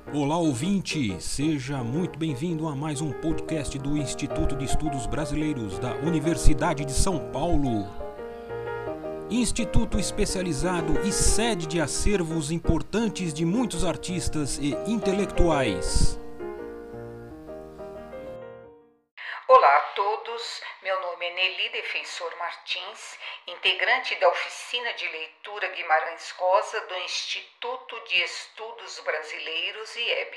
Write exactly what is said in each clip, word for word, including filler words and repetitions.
Olá ouvinte, seja muito bem-vindo a mais um podcast do Instituto de Estudos Brasileiros da Universidade de São Paulo. Instituto especializado e sede de acervos importantes de muitos artistas e intelectuais. Olá a todos, meu nome é Nelly Defensor Martins, integrante da Oficina de Leitura Guimarães Rosa do Instituto de Estudos Brasileiros, I E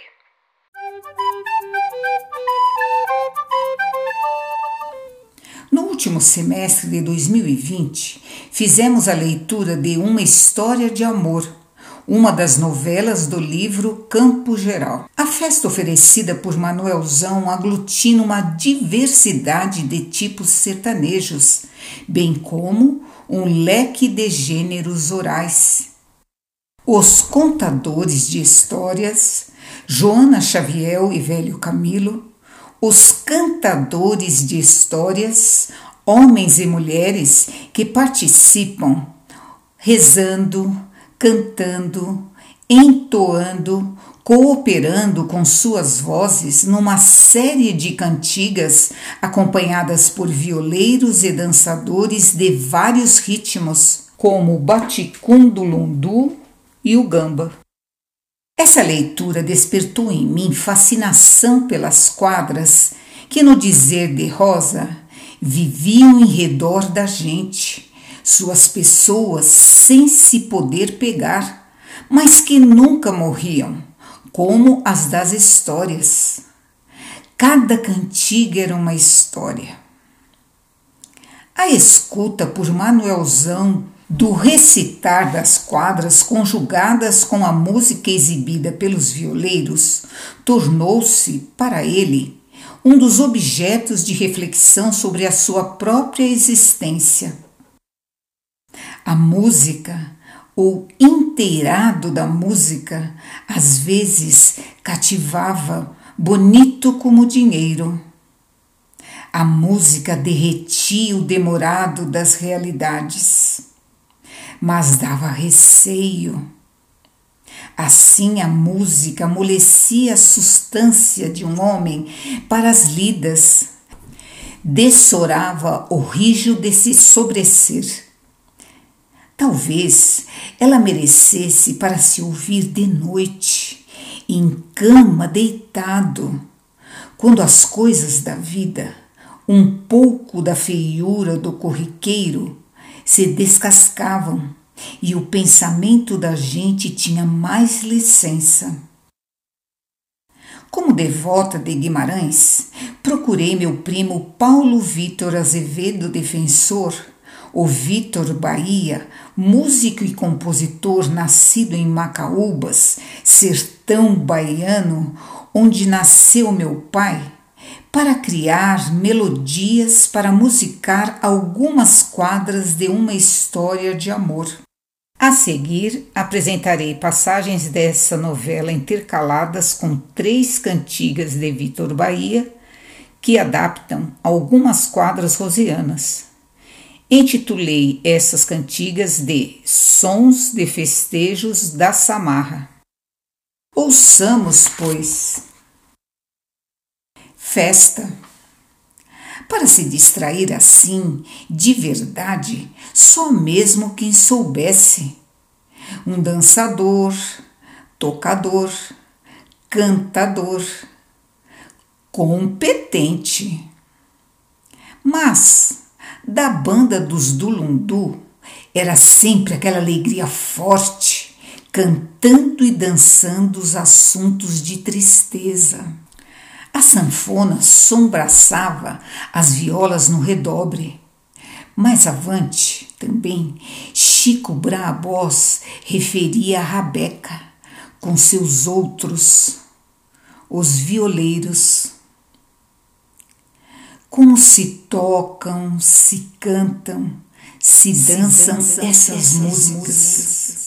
B. No último semestre de dois mil e vinte, fizemos a leitura de Uma História de Amor, uma das novelas do livro Campo Geral. A festa oferecida por Manuelzão aglutina uma diversidade de tipos sertanejos, bem como um leque de gêneros orais. Os contadores de histórias, Joana Xavier e Velho Camilo, os cantadores de histórias, homens e mulheres que participam rezando, cantando, entoando, cooperando com suas vozes numa série de cantigas acompanhadas por violeiros e dançadores de vários ritmos, como o baticum do lundu e o gamba. Essa leitura despertou em mim fascinação pelas quadras que, no dizer de Rosa, viviam em redor da gente, suas pessoas sem se poder pegar, mas que nunca morriam, como as das histórias. Cada cantiga era uma história. A escuta por Manuelzão do recitar das quadras conjugadas com a música exibida pelos violeiros tornou-se, para ele, um dos objetos de reflexão sobre a sua própria existência. A música, ou inteirado da música, às vezes cativava, bonito como dinheiro. A música derretia o demorado das realidades, mas dava receio. Assim a música amolecia a substância de um homem para as lidas, dessorava o rijo de se sobresser. Talvez ela merecesse para se ouvir de noite, em cama deitado, quando as coisas da vida, um pouco da feiura do corriqueiro, se descascavam e o pensamento da gente tinha mais licença. Como devota de Guimarães, procurei meu primo Paulo Vitor Azevedo Defensor, o Vitor Bahia, músico e compositor nascido em Macaúbas, sertão baiano, onde nasceu meu pai, para criar melodias para musicar algumas quadras de Uma História de Amor. A seguir, apresentarei passagens dessa novela intercaladas com três cantigas de Vitor Bahia, que adaptam algumas quadras rosianas. Intitulei essas cantigas de Sons de Festejos da Samarra. Ouçamos, pois. Festa. Para se distrair assim, de verdade, só mesmo quem soubesse. Um dançador, tocador, cantador, competente. Mas da banda dos Dulundu era sempre aquela alegria forte, cantando e dançando os assuntos de tristeza. A sanfona sombraçava as violas no redobre. Mais avante, também, Chico Brabós referia a Rabeca, com seus outros, os violeiros. Como se tocam, se cantam, se dançam, se dançam essas, essas músicas. músicas.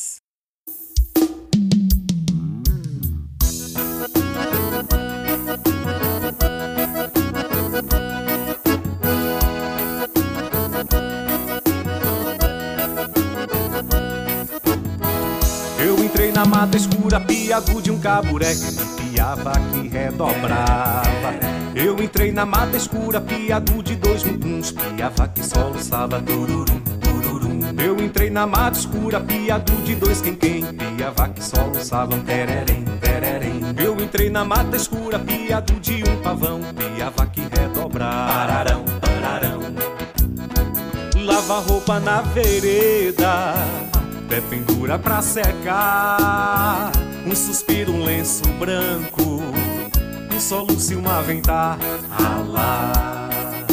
Eu entrei na mata escura, piado de um caburé que piava, que redobrava. Eu entrei na mata escura, piado de dois munduns, piava, que soluçava, tururum, tururum. Eu entrei na mata escura, piado de dois quem-quem, piava, que soluçavam, tererém, tererém. Eu entrei na mata escura, piado de um pavão, piava, que redobrava, pararão, pararão. Lava roupa na vereda, pé pendura pra secar, um suspiro, um lenço branco, um soluço e um aventar. Alá,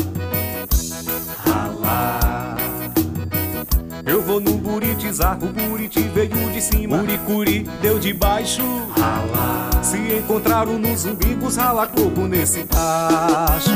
alá. Eu vou no buritizar, o buriti veio de cima, buricuri deu de baixo. Alá. Se encontraram nos umbigos, rala coco nesse tacho.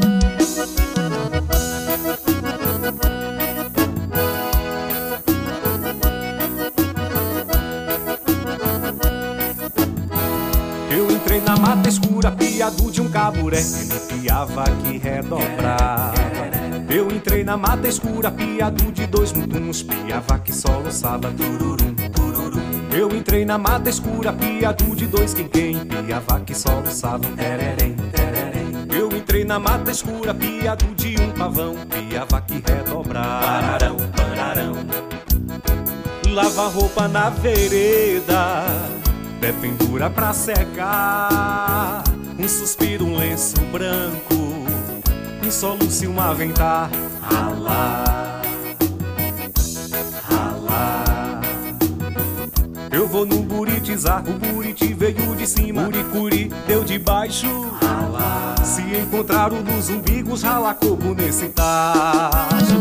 Na mata escura, piado de um caburé, ele piava, que redobrava. Eu entrei na mata escura, piado de dois munduns, piava, que soluçava, tururum, tururum. Eu entrei na mata escura, piado de dois quem-quem, piava, que soluçava, tererém, tererém. Eu entrei na mata escura, piado de um pavão, piava, que redobrava, pararão, pararão. Lava roupa na vereda, pé pendura pra secar, um suspiro, um lenço branco, um soluço e um aventar. Alá, alá. Eu vou no buritizar, o buriti veio de cima, buricuri deu de baixo. Alá. Se encontraram nos umbigos, rala coco nesse tacho.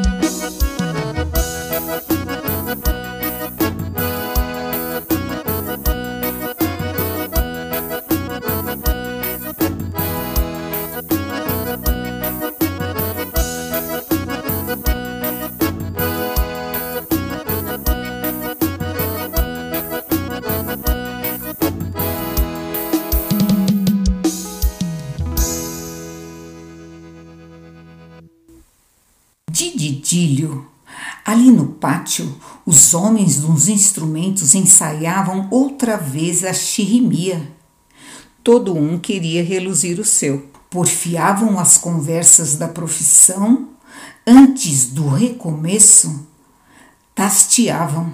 De dedilho, ali no pátio, os homens dos instrumentos ensaiavam outra vez a xirrimia. Todo um queria reluzir o seu. Porfiavam as conversas da profissão, antes do recomeço, tasteavam.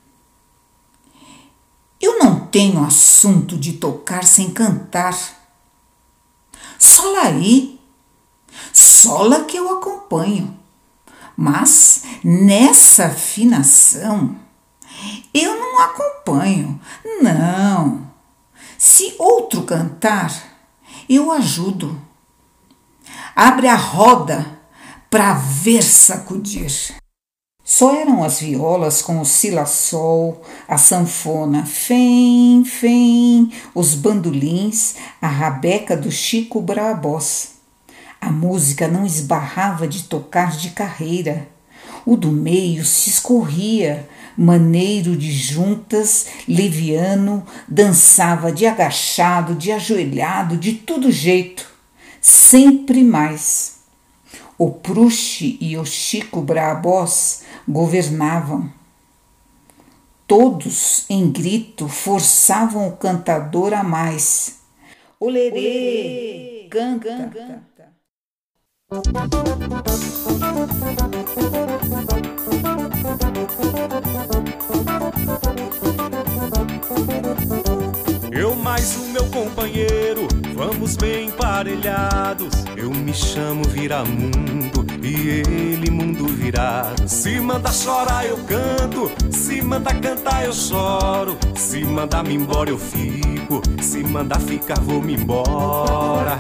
Eu não tenho assunto de tocar sem cantar. Sola aí, sola que eu acompanho. Mas nessa afinação eu não acompanho, não. Se outro cantar, eu ajudo. Abre a roda pra ver sacudir. Só eram as violas com o si-lá-sol, a sanfona, fém, fém, os bandolins, a rabeca do Chico Brabós. A música não esbarrava de tocar de carreira. O do meio se escorria, maneiro de juntas, leviano, dançava de agachado, de ajoelhado, de todo jeito, sempre mais. O Pruxe e o Chico Brabós governavam. Todos, em grito, forçavam o cantador a mais. Olerê, canta, canta. Eu mais o meu companheiro, vamos bem emparelhados. Eu me chamo Viramundo e ele mundo virado. Se manda chorar eu canto, se manda cantar eu choro. Se mandar me embora eu fico, se mandar ficar vou me embora.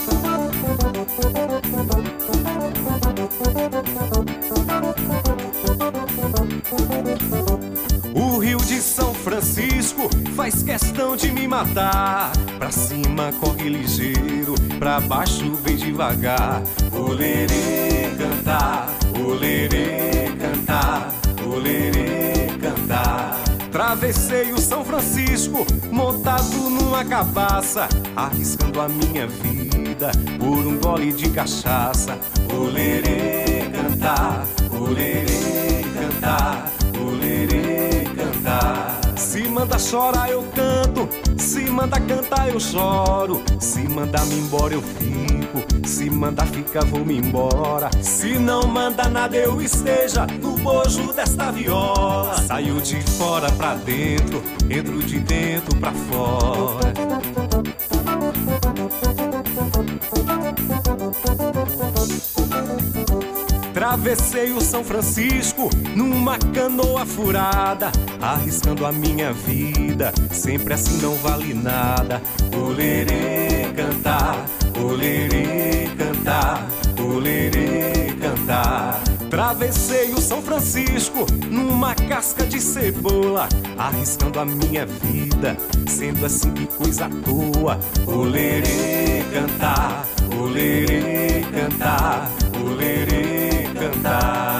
O Rio de São Francisco faz questão de me matar. Pra cima corre ligeiro, pra baixo vem devagar. Olerê cantar, olerê cantar, olerê cantar. Travessei o São Francisco, montado numa cabaça, arriscando a minha vida por um gole de cachaça. Olerê cantar, olerê cantar, olerê cantar. Se manda chorar eu canto, se manda cantar eu choro, se manda me embora eu fico, se manda ficar vou-me embora. Se não manda nada eu esteja no bojo desta viola. Saio de fora pra dentro, entro de dentro pra fora. Travessei o São Francisco numa canoa furada, arriscando a minha vida, sempre assim não vale nada. Olerê cantar, olerê cantar, olerê cantar. Travessei o São Francisco numa casca de cebola, arriscando a minha vida, sendo assim que coisa à toa. Olerê cantar, olerê cantar, olerê cantar.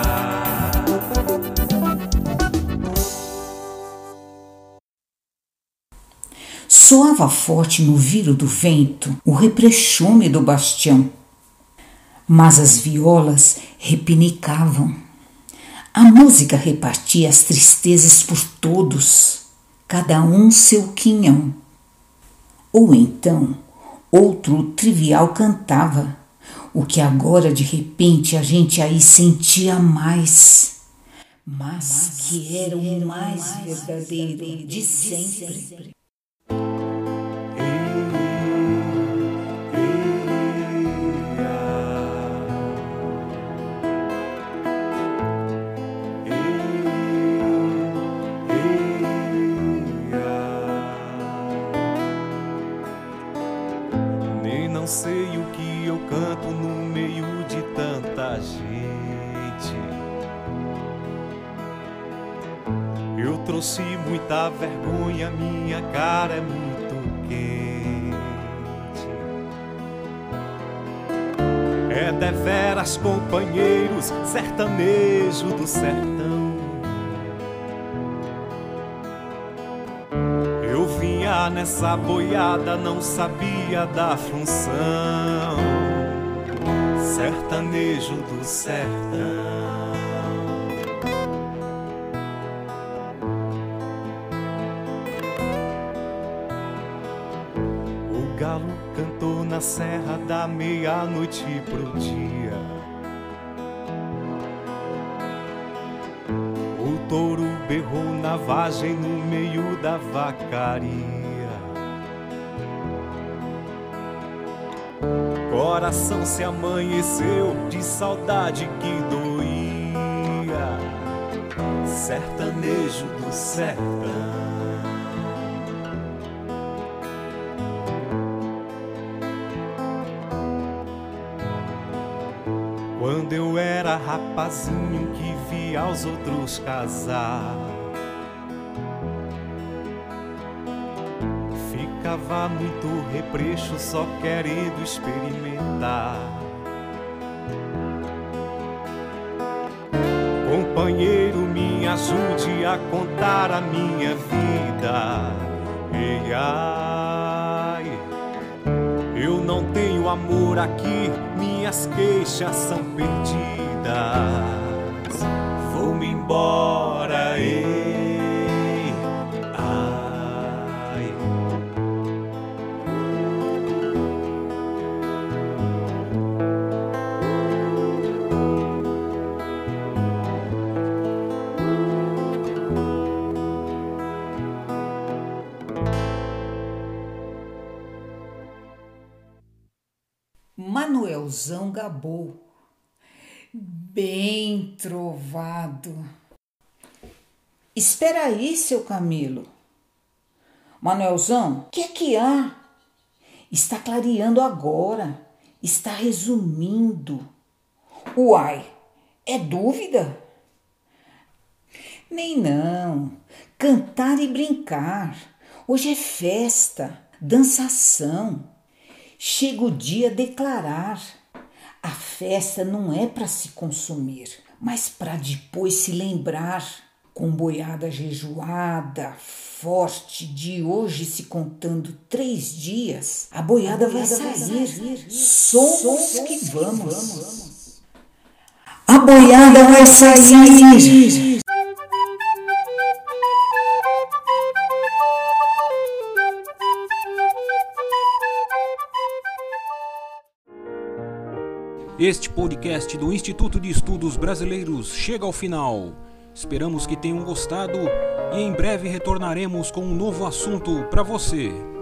Soava forte no viro do vento o reprechume do bastião, mas as violas repinicavam. A música repartia as tristezas por todos, cada um seu quinhão. Ou então, outro trivial cantava, o que agora de repente a gente aí sentia mais, mas que era o mais verdadeiro de sempre. Não sei o que eu canto no meio de tanta gente. Eu trouxe muita vergonha, minha cara é muito quente. É deveras, companheiros, sertanejo do sertão. Nessa boiada não sabia da função, sertanejo do sertão. O galo cantou na serra da meia-noite pro dia. O touro berrou na vagem no meio da vacaria. Coração se amanheceu de saudade que doía, sertanejo do sertão. Quando eu era rapazinho que via os outros casar, ficava muito reprecho só querendo experimentar. Companheiro, me ajude a contar a minha vida. Ei, ai, eu não tenho amor aqui, minhas queixas são perdidas. Vou-me embora, ei, ai. Manuelzão gabou, bem trovado. Espera aí, seu Camilo. Manuelzão, o que é que há? Está clareando agora, está resumindo. Uai, é dúvida? Nem não, cantar e brincar. Hoje é festa, dançação. Chega o dia a declarar. A festa não é para se consumir, mas para depois se lembrar. Com boiada jejuada, forte, de hoje se contando três dias, a boiada, a boiada vai sair. Vai sair. Somos, Somos que vamos. vamos. A boiada vai sair. Este podcast do Instituto de Estudos Brasileiros chega ao final. Esperamos que tenham gostado e em breve retornaremos com um novo assunto para você.